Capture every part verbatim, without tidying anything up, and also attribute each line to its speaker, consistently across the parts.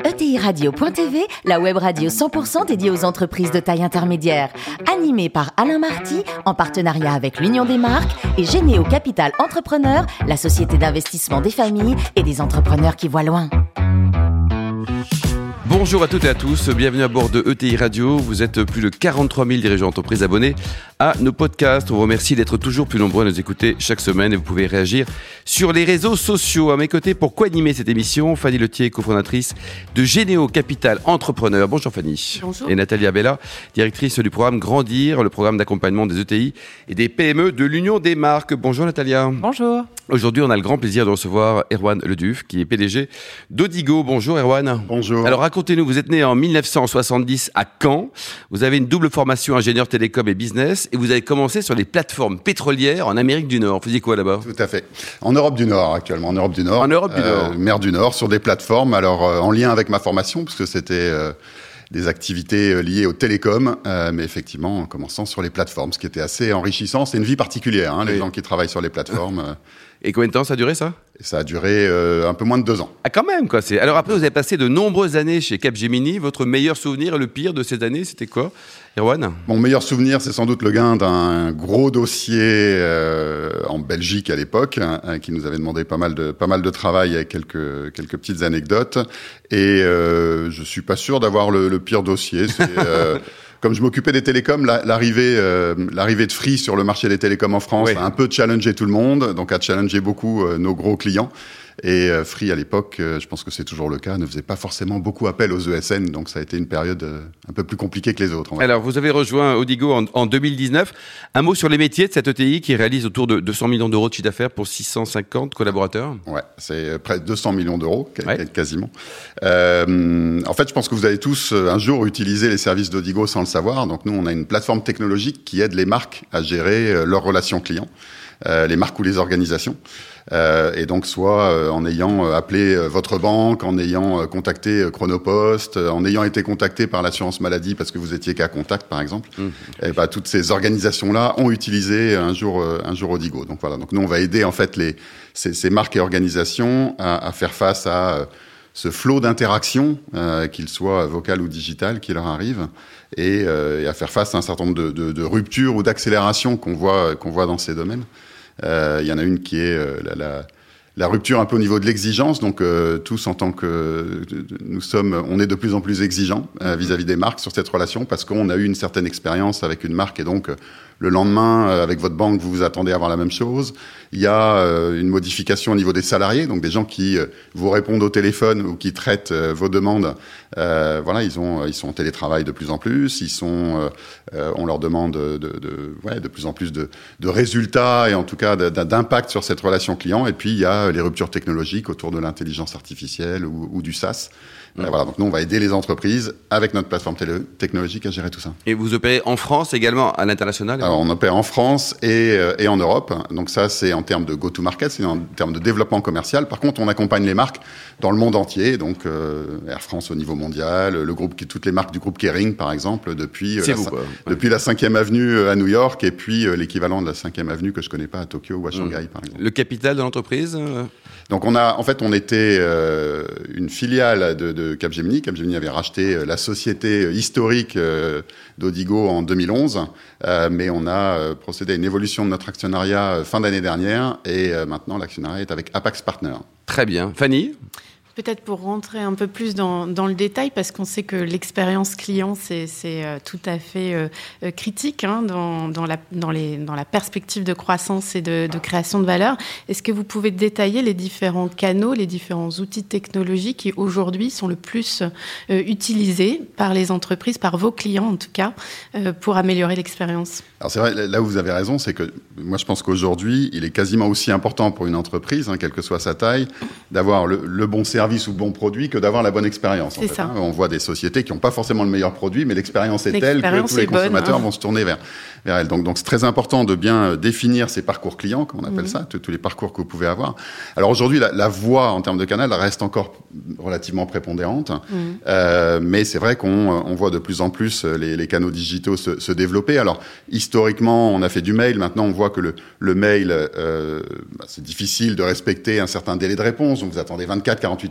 Speaker 1: E T I Radio point T V, la web radio cent pour cent dédiée aux entreprises de taille intermédiaire. Animée par Alain Marty, en partenariat avec l'Union des marques et Généo Capital Entrepreneur, la société d'investissement des familles et des entrepreneurs qui voient loin.
Speaker 2: Bonjour à toutes et à tous, bienvenue à bord de E T I Radio. Vous êtes plus de quarante-trois mille dirigeants d'entreprises abonnés à nos podcasts. On vous remercie d'être toujours plus nombreux à nous écouter chaque semaine et vous pouvez réagir sur les réseaux sociaux. À mes côtés, pour co-animer cette émission, Fanny Letier, cofondatrice de Généo Capital Entrepreneur. Bonjour Fanny.
Speaker 3: Bonjour.
Speaker 2: Et Nathalie Abella, directrice du programme Grandir, le programme d'accompagnement des E T I et des P M E de l'Union des marques. Bonjour Natalia.
Speaker 3: Bonjour.
Speaker 2: Aujourd'hui, on a le grand plaisir de recevoir Erwan Leduf, qui est P D G d'Odigo. Bonjour Erwan.
Speaker 4: Bonjour.
Speaker 2: Alors racontez-nous, vous êtes né en dix-neuf cent soixante-dix à Caen. Vous avez une double formation ingénieur télécom et business et vous avez commencé sur les plateformes pétrolières en Amérique du Nord. Vous faisiez quoi là-bas ?
Speaker 4: Tout à fait. En Europe du Nord actuellement, en Europe du Nord.
Speaker 2: En Europe du Nord.
Speaker 4: Euh, mer du Nord, sur des plateformes. Alors euh, en lien avec ma formation, parce que c'était euh, des activités liées aux télécoms, euh, mais effectivement en commençant sur les plateformes, ce qui était assez enrichissant. C'est une vie particulière, hein, les oui. gens qui travaillent sur les plateformes. euh,
Speaker 2: Et combien de temps ça a duré ça ?
Speaker 4: Ça a duré euh, un peu moins de deux ans.
Speaker 2: Ah quand même quoi. C'est... Alors après vous avez passé de nombreuses années chez Capgemini. Votre meilleur souvenir et le pire de ces années, c'était quoi, Erwan ?
Speaker 4: Mon meilleur souvenir, c'est sans doute le gain d'un gros dossier euh, en Belgique à l'époque, hein, qui nous avait demandé pas mal de pas mal de travail avec quelques quelques petites anecdotes. Et euh, je suis pas sûr d'avoir le, le pire dossier. C'est, euh, Comme je m'occupais des télécoms, l'arrivée, euh, l'arrivée de Free sur le marché des télécoms en France oui. a un peu challengé tout le monde, donc a challengé beaucoup euh, nos gros clients. Et euh, Free, à l'époque, euh, je pense que c'est toujours le cas, ne faisait pas forcément beaucoup appel aux E S N, donc ça a été une période euh, un peu plus compliquée que les autres.
Speaker 2: Alors, vous avez rejoint Odigo en, en deux mille dix-neuf. Un mot sur les métiers de cette E T I qui réalise autour de deux cents millions d'euros de chiffre d'affaires pour six cent cinquante collaborateurs.
Speaker 4: Ouais, c'est près de deux cents millions d'euros,
Speaker 2: ouais.
Speaker 4: quasiment. Euh, en fait, je pense que vous allez tous un jour utiliser les services d'Odigo sans le savoir. Donc nous, on a une plateforme technologique qui aide les marques à gérer leurs relations clients, euh, les marques ou les organisations. Euh, et donc soit euh, en ayant appelé euh, votre banque, en ayant euh, contacté euh, Chronopost, euh, en ayant été contacté par l'assurance maladie parce que vous étiez cas contact par exemple, mmh. et bah, toutes ces organisations-là ont utilisé un jour euh, un jour Odigo. Donc voilà, donc nous on va aider en fait les ces, ces marques et organisations à, à faire face à euh, ce flot d'interaction, euh, qu'il soit vocal ou digital, qui leur arrive, et, euh, et à faire face à un certain nombre de, de, de ruptures ou d'accélérations qu'on voit qu'on voit dans ces domaines. Il euh, y en a une qui est euh, la, la, la rupture un peu au niveau de l'exigence. Donc euh, tous en tant que nous sommes, on est de plus en plus exigeants euh, vis-à-vis des marques sur cette relation parce qu'on a eu une certaine expérience avec une marque et donc euh, le lendemain euh, avec votre banque vous vous attendez à avoir la même chose. Il y a euh, une modification au niveau des salariés, donc des gens qui euh, vous répondent au téléphone ou qui traitent euh, vos demandes. Euh, voilà, ils ont, ils sont en télétravail de plus en plus. Ils sont, euh, euh, on leur demande de, de, de, ouais, de plus en plus de, de résultats et en tout cas d'impact sur cette relation client. Et puis il y a les ruptures technologiques autour de l'intelligence artificielle ou, ou du SaaS. Mmh. Euh, voilà, donc nous on va aider les entreprises avec notre plateforme télé- technologique à gérer tout ça.
Speaker 2: Et vous opérez en France également, à l'international ?
Speaker 4: Alors on opère en France et, euh, et en Europe. Donc ça c'est en termes de go-to-market, c'est en termes de développement commercial. Par contre on accompagne les marques dans le monde entier. Donc euh, Air France au niveau mondial, le groupe, toutes les marques du groupe Kering par exemple, depuis,
Speaker 2: c'est
Speaker 4: la,
Speaker 2: vous, quoi. Ouais.
Speaker 4: depuis la cinquième avenue à New York et puis euh, l'équivalent de la cinquième avenue que je connais pas à Tokyo ou à Shanghai mmh. par exemple.
Speaker 2: Le capital de l'entreprise euh...
Speaker 4: Donc on a, en fait, on était euh, une filiale de, de Capgemini. Capgemini avait racheté la société historique euh, d'Odigo en deux mille onze, euh, mais on a euh, procédé à une évolution de notre actionnariat euh, fin d'année dernière et euh, maintenant l'actionnariat est avec Apax Partners.
Speaker 2: Très bien. Fanny ?
Speaker 3: Peut-être pour rentrer un peu plus dans, dans le détail, parce qu'on sait que l'expérience client, c'est, c'est euh, tout à fait euh, critique hein, dans, dans, la, dans, les, dans la perspective de croissance et de, de création de valeur. Est-ce que vous pouvez détailler les différents canaux, les différents outils technologiques qui aujourd'hui sont le plus euh, utilisés par les entreprises, par vos clients en tout cas, euh, pour améliorer l'expérience ?
Speaker 4: Alors c'est vrai, là où vous avez raison, c'est que moi je pense qu'aujourd'hui, il est quasiment aussi important pour une entreprise, hein, quelle que soit sa taille, d'avoir le, le bon service ou le bon produit que d'avoir la bonne expérience. En
Speaker 3: c'est
Speaker 4: fait,
Speaker 3: ça.
Speaker 4: Hein. On voit des sociétés qui n'ont pas forcément le meilleur produit, mais l'expérience est l'expérience telle que tous les consommateurs bonne, hein. vont se tourner vers, vers elle. Donc, donc c'est très important de bien définir ces parcours clients, comme on appelle mmh. ça, tous les parcours que vous pouvez avoir. Alors aujourd'hui, la, la voix en termes de canal reste encore relativement prépondérante, mmh. euh, mais c'est vrai qu'on on voit de plus en plus les, les canaux digitaux se, se développer. Alors historiquement, on a fait du mail. Maintenant, on voit que le, le mail, euh, bah, c'est difficile de respecter un certain délai de réponse. Donc vous attendez vingt-quatre à quarante-huit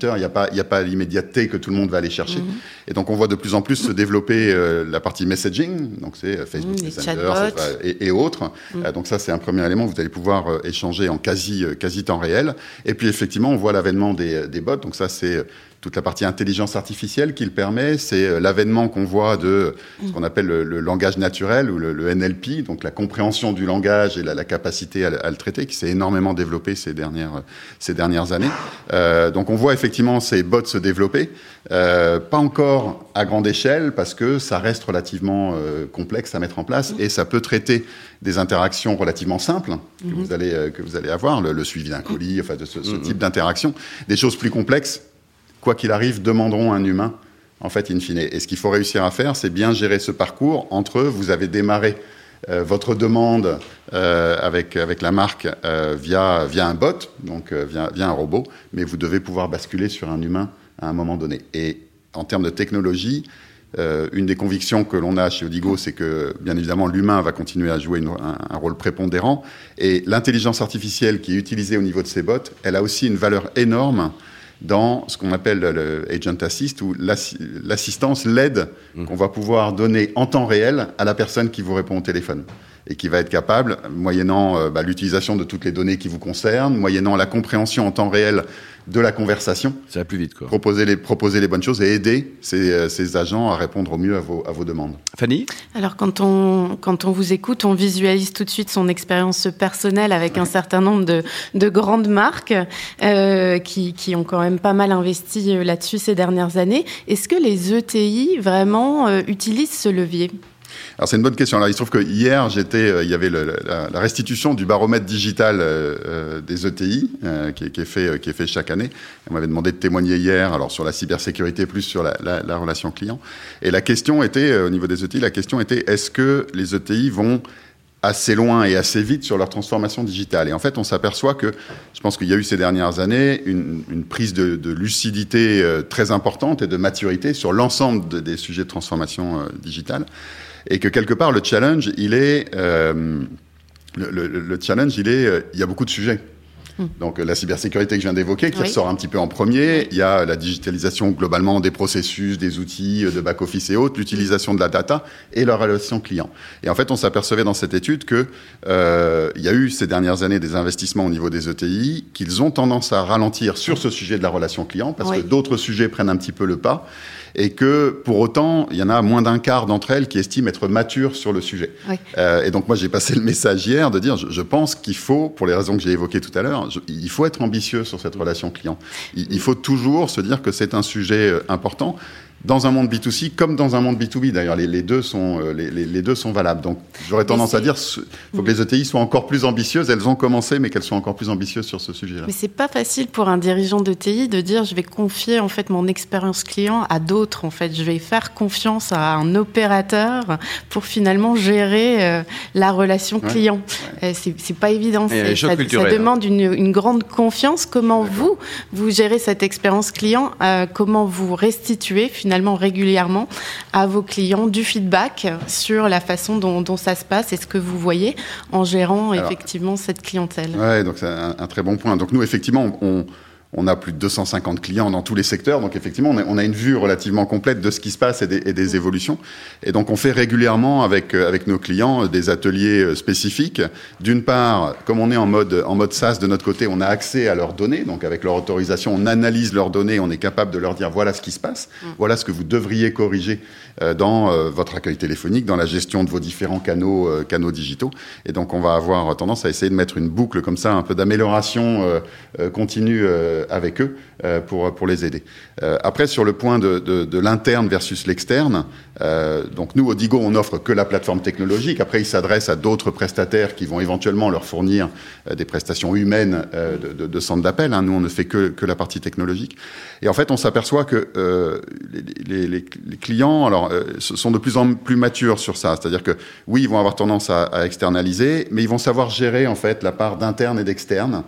Speaker 4: quarante-huit heures. Il n'y a pas, il n'y a pas l'immédiateté que tout le monde va aller chercher. Mm-hmm. Et donc, on voit de plus en plus se développer euh, la partie messaging. Donc, c'est Facebook
Speaker 3: mmh,
Speaker 4: Messenger et, et autres. Mm. Euh, donc, ça, c'est un premier élément. Vous allez pouvoir euh, échanger en quasi, euh, quasi temps réel. Et puis, effectivement, on voit l'avènement des, des bots. Donc, ça, c'est toute la partie intelligence artificielle qui le permet. C'est l'avènement qu'on voit de ce qu'on appelle le, le langage naturel ou le, le N L P, donc la compréhension du langage et la, la capacité à, à le traiter, qui s'est énormément développé ces dernières, ces dernières années. Euh, donc on voit effectivement ces bots se développer, euh, pas encore à grande échelle parce que ça reste relativement euh, complexe à mettre en place et ça peut traiter des interactions relativement simples que, mm-hmm. vous, allez, euh, que vous allez avoir, le, le suivi d'un colis, enfin de ce, ce mm-hmm. type d'interaction. Des choses plus complexes, quoi qu'il arrive, demanderont un humain, en fait, in fine. Et ce qu'il faut réussir à faire, c'est bien gérer ce parcours entre, vous avez démarré euh, votre demande euh, avec, avec la marque euh, via, via un bot, donc euh, via, via un robot, mais vous devez pouvoir basculer sur un humain à un moment donné. Et en termes de technologie, euh, une des convictions que l'on a chez Odigo, c'est que, bien évidemment, l'humain va continuer à jouer une, un, un rôle prépondérant. Et l'intelligence artificielle qui est utilisée au niveau de ces bots, elle a aussi une valeur énorme dans ce qu'on appelle le Agent Assist, ou l'assistance, l'aide mmh. qu'on va pouvoir donner en temps réel à la personne qui vous répond au téléphone et qui va être capable, moyennant euh, bah, l'utilisation de toutes les données qui vous concernent, moyennant la compréhension en temps réel de la conversation.
Speaker 2: Ça va plus vite, quoi.
Speaker 4: Proposer les, proposer les bonnes choses et aider ces, euh, ces agents à répondre au mieux à vos, à vos demandes.
Speaker 2: Fanny ?
Speaker 3: Alors, quand on, quand on vous écoute, on visualise tout de suite son expérience personnelle avec ouais. un certain nombre de, de grandes marques euh, qui, qui ont quand même pas mal investi là-dessus ces dernières années. Est-ce que les E T I, vraiment, euh, utilisent ce levier ?
Speaker 4: Alors c'est une bonne question. Alors il se trouve que hier j'étais, euh, il y avait le, la, la restitution du baromètre digital euh, des E T I euh, qui, qui est fait, qui est fait chaque année. On m'avait demandé de témoigner hier, alors sur la cybersécurité plus sur la, la, la relation client. Et la question était euh, au niveau des E T I, la question était est-ce que les E T I vont assez loin et assez vite sur leur transformation digitale. Et en fait, on s'aperçoit que, je pense qu'il y a eu ces dernières années une, une prise de, de lucidité euh, très importante et de maturité sur l'ensemble de, des sujets de transformation euh, digitale. Et que quelque part, le challenge, il est, euh, le, le, le challenge, il est, euh, il y a beaucoup de sujets. Mmh. Donc la cybersécurité que je viens d'évoquer, qui oui. ressort un petit peu en premier, oui. il y a la digitalisation globalement des processus, des outils de back-office et autres, l'utilisation de la data et la relation client. Et en fait, on s'apercevait dans cette étude que euh, il y a eu ces dernières années des investissements au niveau des E T I, qu'ils ont tendance à ralentir sur ce sujet de la relation client, parce oui. que d'autres sujets prennent un petit peu le pas. Et que, pour autant, il y en a moins d'un quart d'entre elles qui estiment être matures sur le sujet. Oui. Euh, et donc, moi, j'ai passé le message hier de dire, je, je pense qu'il faut, pour les raisons que j'ai évoquées tout à l'heure, je, il faut être ambitieux sur cette relation client. Il, il faut toujours se dire que c'est un sujet important, dans un monde B deux C comme dans un monde B deux B. D'ailleurs, les, les, deux, sont, les, les, les deux sont valables. Donc, j'aurais tendance à dire qu'il faut que les E T I soient encore plus ambitieuses. Elles ont commencé, mais qu'elles soient encore plus ambitieuses sur ce sujet-là.
Speaker 3: Mais c'est pas facile pour un dirigeant d'E T I de dire je vais confier en fait mon expérience client à d'autres. En fait, je vais faire confiance à un opérateur pour finalement gérer euh, la relation client. Ouais. Euh, c'est, c'est pas évident. C'est, ça, ça demande une, une grande confiance. Comment vous vous gérez cette expérience client euh, Comment vous restituez finalement finalement régulièrement à vos clients du feedback sur la façon dont, dont ça se passe et ce que vous voyez en gérant Alors, effectivement cette clientèle.
Speaker 4: Oui, donc c'est un, un très bon point. Donc nous, effectivement, on, on a plus de deux cent cinquante clients dans tous les secteurs. Donc effectivement, on a, on a une vue relativement complète de ce qui se passe et des, et des évolutions. Et donc on fait régulièrement avec, avec nos clients des ateliers spécifiques. D'une part, comme on est en mode, en mode SaaS de notre côté, on a accès à leurs données. Donc avec leur autorisation, on analyse leurs données. On est capable de leur dire voilà ce qui se passe. Mmh. Voilà ce que vous devriez corriger dans votre accueil téléphonique, dans la gestion de vos différents canaux, canaux digitaux. Et donc on va avoir tendance à essayer de mettre une boucle comme ça, un peu d'amélioration continue avec eux euh, pour, pour les aider. Euh, après, sur le point de, de, de l'interne versus l'externe, euh, donc nous, Odigo, on n'offre que la plateforme technologique. Après, ils s'adressent à d'autres prestataires qui vont éventuellement leur fournir euh, des prestations humaines euh, de, de, de centre d'appel. Hein. Nous, on ne fait que, que la partie technologique. Et en fait, on s'aperçoit que euh, les, les, les clients alors, euh, sont de plus en plus matures sur ça. C'est-à-dire que, oui, ils vont avoir tendance à, à externaliser, mais ils vont savoir gérer en fait la part d'interne et d'externe.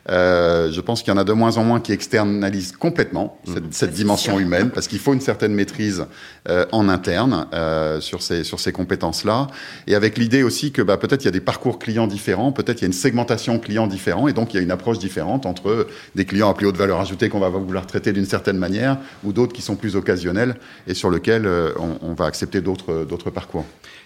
Speaker 4: Euh, je pense qu'il y en a de moins en moins qui externalisent complètement cette, mmh. cette dimension sûr. humaine, parce qu'il faut une certaine maîtrise euh, en interne euh, sur ces sur ces compétences-là, et avec l'idée aussi que bah, peut-être il y a des parcours clients différents, peut-être il y a une segmentation client différente, et donc il y a une approche différente entre des clients à plus haute valeur ajoutée qu'on va vouloir traiter d'une certaine manière, ou d'autres qui sont plus occasionnels et sur lesquels euh, on, on va accepter d'autres d'autres parcours.
Speaker 2: Natalia ?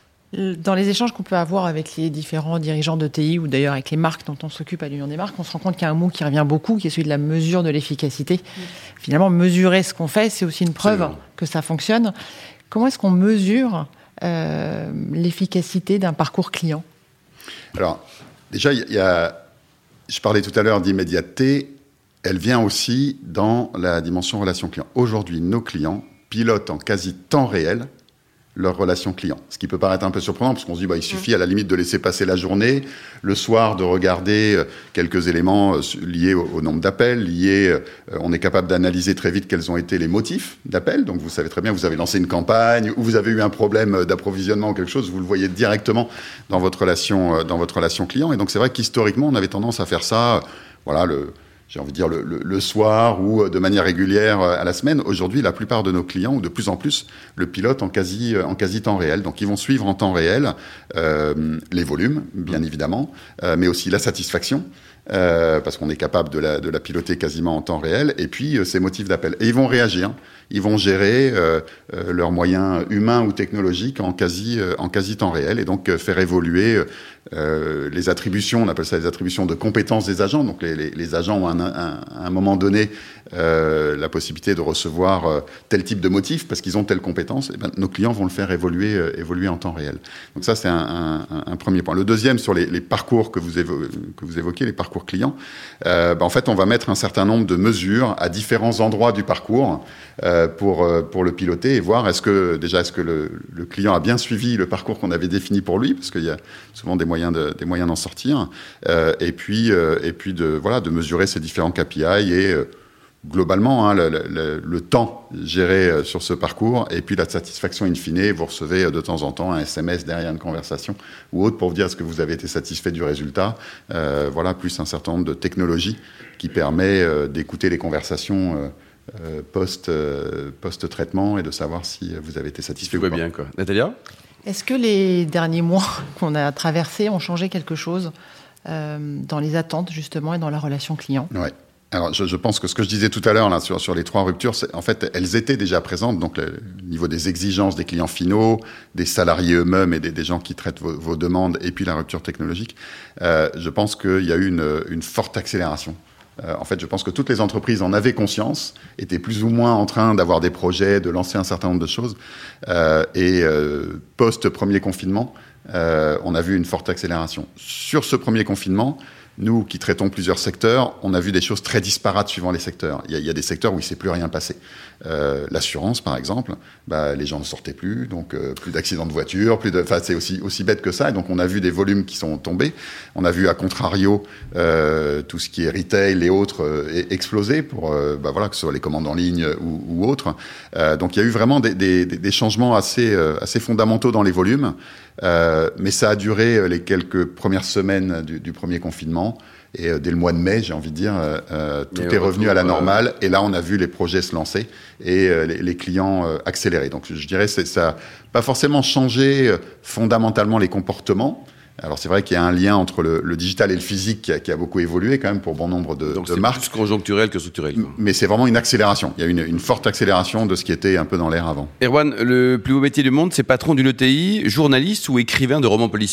Speaker 5: Dans les échanges qu'on peut avoir avec les différents dirigeants de T I ou d'ailleurs avec les marques dont on s'occupe à l'Union des marques, on se rend compte qu'il y a un mot qui revient beaucoup, qui est celui de la mesure de l'efficacité. Mmh. Finalement, mesurer ce qu'on fait, c'est aussi une preuve Absolument. que ça fonctionne. Comment est-ce qu'on mesure euh, l'efficacité d'un parcours client ?
Speaker 4: Alors, déjà, il y a, je parlais tout à l'heure d'immédiateté, elle vient aussi dans la dimension relation client. Aujourd'hui, nos clients pilotent en quasi temps réel leur relation client. Ce qui peut paraître un peu surprenant, parce qu'on se dit, bah, il suffit à la limite de laisser passer la journée, le soir de regarder quelques éléments liés au, au nombre d'appels, liés, euh, on est capable d'analyser très vite quels ont été les motifs d'appel. Donc vous savez très bien, vous avez lancé une campagne, ou vous avez eu un problème d'approvisionnement ou quelque chose, vous le voyez directement dans votre relation, dans votre relation client. Et donc c'est vrai qu'historiquement, on avait tendance à faire ça, voilà, le... j'ai envie de dire le, le, le soir ou de manière régulière à la semaine. Aujourd'hui, la plupart de nos clients, ou de plus en plus, le pilotent en quasi, en quasi temps réel. Donc, ils vont suivre en temps réel euh, les volumes, bien évidemment, euh, mais aussi la satisfaction, euh, parce qu'on est capable de la, de la piloter quasiment en temps réel, et puis euh, ces motifs d'appel. Et ils vont réagir. Ils vont gérer euh, euh, leurs moyens humains ou technologiques en quasi, euh, en quasi temps réel, et donc euh, faire évoluer euh, les attributions, on appelle ça les attributions de compétences des agents. Donc les, les, les agents ont un, un, à un moment donné euh, la possibilité de recevoir euh, tel type de motif parce qu'ils ont telle compétence. Et ben, nos clients vont le faire évoluer, euh, évoluer en temps réel. Donc ça, c'est un, un, un premier point. Le deuxième, sur les, les parcours que vous, évo- que vous évoquez, les parcours clients, euh, ben, en fait, on va mettre un certain nombre de mesures à différents endroits du parcours euh, pour, euh, pour le piloter et voir est-ce que, déjà, est-ce que le, le client a bien suivi le parcours qu'on avait défini pour lui, parce qu'il y a souvent des moyens de, des moyens d'en sortir, euh, et puis, euh, et puis de, voilà, de mesurer ces différents K P I et euh, globalement, hein, le, le, le temps géré sur ce parcours, et puis la satisfaction in fine. Vous recevez de temps en temps un S M S derrière une conversation ou autre pour vous dire est-ce que vous avez été satisfait du résultat. Euh, voilà, plus un certain nombre de technologies qui permet euh, d'écouter les conversations euh, euh, post, euh, post-traitement et de savoir si vous avez été satisfait ou pas.
Speaker 2: Bien, quoi. Natalia ?
Speaker 5: Est-ce que les derniers mois qu'on a traversés ont changé quelque chose euh, dans les attentes, justement, et dans la relation client ?
Speaker 4: Ouais. Alors, je, je pense que ce que je disais tout à l'heure là sur, sur les trois ruptures, c'est, en fait, elles étaient déjà présentes. Donc, le, le niveau des exigences des clients finaux, des salariés eux-mêmes et des, des gens qui traitent vos, vos demandes, et puis la rupture technologique. Euh, je pense qu'il y a eu une, une forte accélération. Euh, en fait, je pense que toutes les entreprises en avaient conscience, étaient plus ou moins en train d'avoir des projets, de lancer un certain nombre de choses. Euh, et euh, post-premier confinement, euh, on a vu une forte accélération. Sur ce premier confinement, nous, qui traitons plusieurs secteurs, on a vu des choses très disparates suivant les secteurs. Il y a, il y a des secteurs où il ne s'est plus rien passé. Euh, l'assurance, par exemple, bah, les gens ne sortaient plus, donc euh, plus d'accidents de voiture, plus de, enfin, c'est aussi, aussi bête que ça. Et donc, on a vu des volumes qui sont tombés. On a vu, à contrario, euh, tout ce qui est retail et autres euh, exploser, pour, euh, bah, voilà, que ce soit les commandes en ligne ou, ou autres. Euh, donc, il y a eu vraiment des, des, des changements assez, euh, assez fondamentaux dans les volumes. Euh, mais ça a duré les quelques premières semaines du, du premier confinement. Et euh, dès le mois de mai, j'ai envie de dire, euh, tout mais est revenu à la normale. Euh... Et là, on a vu les projets se lancer et euh, les, les clients euh, accélérer. Donc, je dirais que ça n'a pas forcément changé euh, fondamentalement les comportements. Alors, c'est vrai qu'il y a un lien entre le, le digital et le physique qui a, qui a beaucoup évolué quand même pour bon nombre de,
Speaker 2: Donc,
Speaker 4: de
Speaker 2: c'est
Speaker 4: marques.
Speaker 2: Donc, c'est plus conjoncturel que structurel. Quoi.
Speaker 4: Mais c'est vraiment une accélération. Il y a une, une forte accélération de ce qui était un peu dans l'air avant.
Speaker 2: Erwan, le plus beau métier du monde, c'est patron d'une E T I, journaliste ou écrivain de romans policiers ?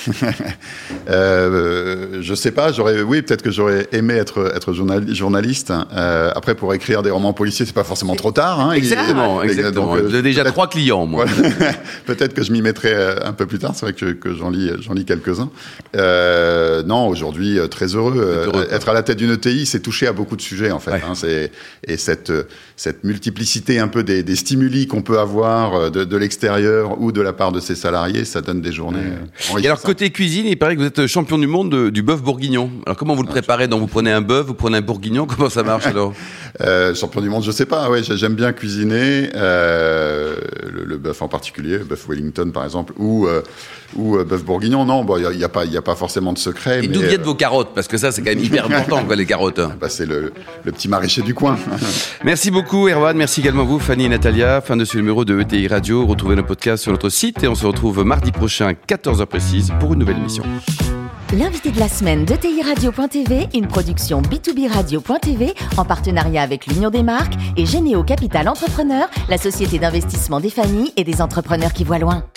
Speaker 4: euh, je sais pas, j'aurais, oui, peut-être que j'aurais aimé être, être journal, journaliste. Euh, après, pour écrire des romans policiers, c'est pas forcément trop tard. Hein,
Speaker 2: exactement,
Speaker 4: et,
Speaker 2: exactement.
Speaker 4: Donc,
Speaker 2: vous avez déjà trois clients, moi.
Speaker 4: Voilà. Peut-être que je m'y mettrai un peu plus tard. C'est vrai que, que j'en lis, j'en lis quelques-uns. Euh, non, aujourd'hui, très heureux. heureux être à la tête d'une E T I, c'est toucher à beaucoup de sujets, en fait. Ouais. Hein, c'est, et cette, cette multiplicité un peu des, des stimuli qu'on peut avoir de, de l'extérieur ou de la part de ses salariés, ça donne des journées ouais. enrichissantes.
Speaker 2: côté cuisine, il paraît que vous êtes champion du monde de, du bœuf bourguignon. Alors, comment vous le préparez? Donc, vous prenez un bœuf, vous prenez un bourguignon, comment ça marche alors?
Speaker 4: euh, Champion du monde, je sais pas. Ouais, j'aime bien cuisiner euh, le, le bœuf en particulier, le bœuf Wellington par exemple, ou euh, ou euh, bœuf bourguignon. Non, bon, il y, y a pas, il y a pas forcément de secret.
Speaker 2: Et
Speaker 4: mais,
Speaker 2: d'où viennent
Speaker 4: euh,
Speaker 2: vos carottes? Parce que ça, c'est quand même hyper important, quoi, les carottes.
Speaker 4: Bah, c'est le, le petit maraîcher du coin.
Speaker 2: Merci beaucoup, Erwan. Merci également à vous, Fanny et Natalia. Fin de ce numéro de E T I Radio. Retrouvez nos podcasts sur notre site et on se retrouve mardi prochain à quatorze heures précise pour une nouvelle émission.
Speaker 1: L'invité de la semaine d'E T I Radio point T V, une production B deux B Radio point T V en partenariat avec l'Union des marques et Généo Capital Entrepreneur, la société d'investissement des familles et des entrepreneurs qui voient loin.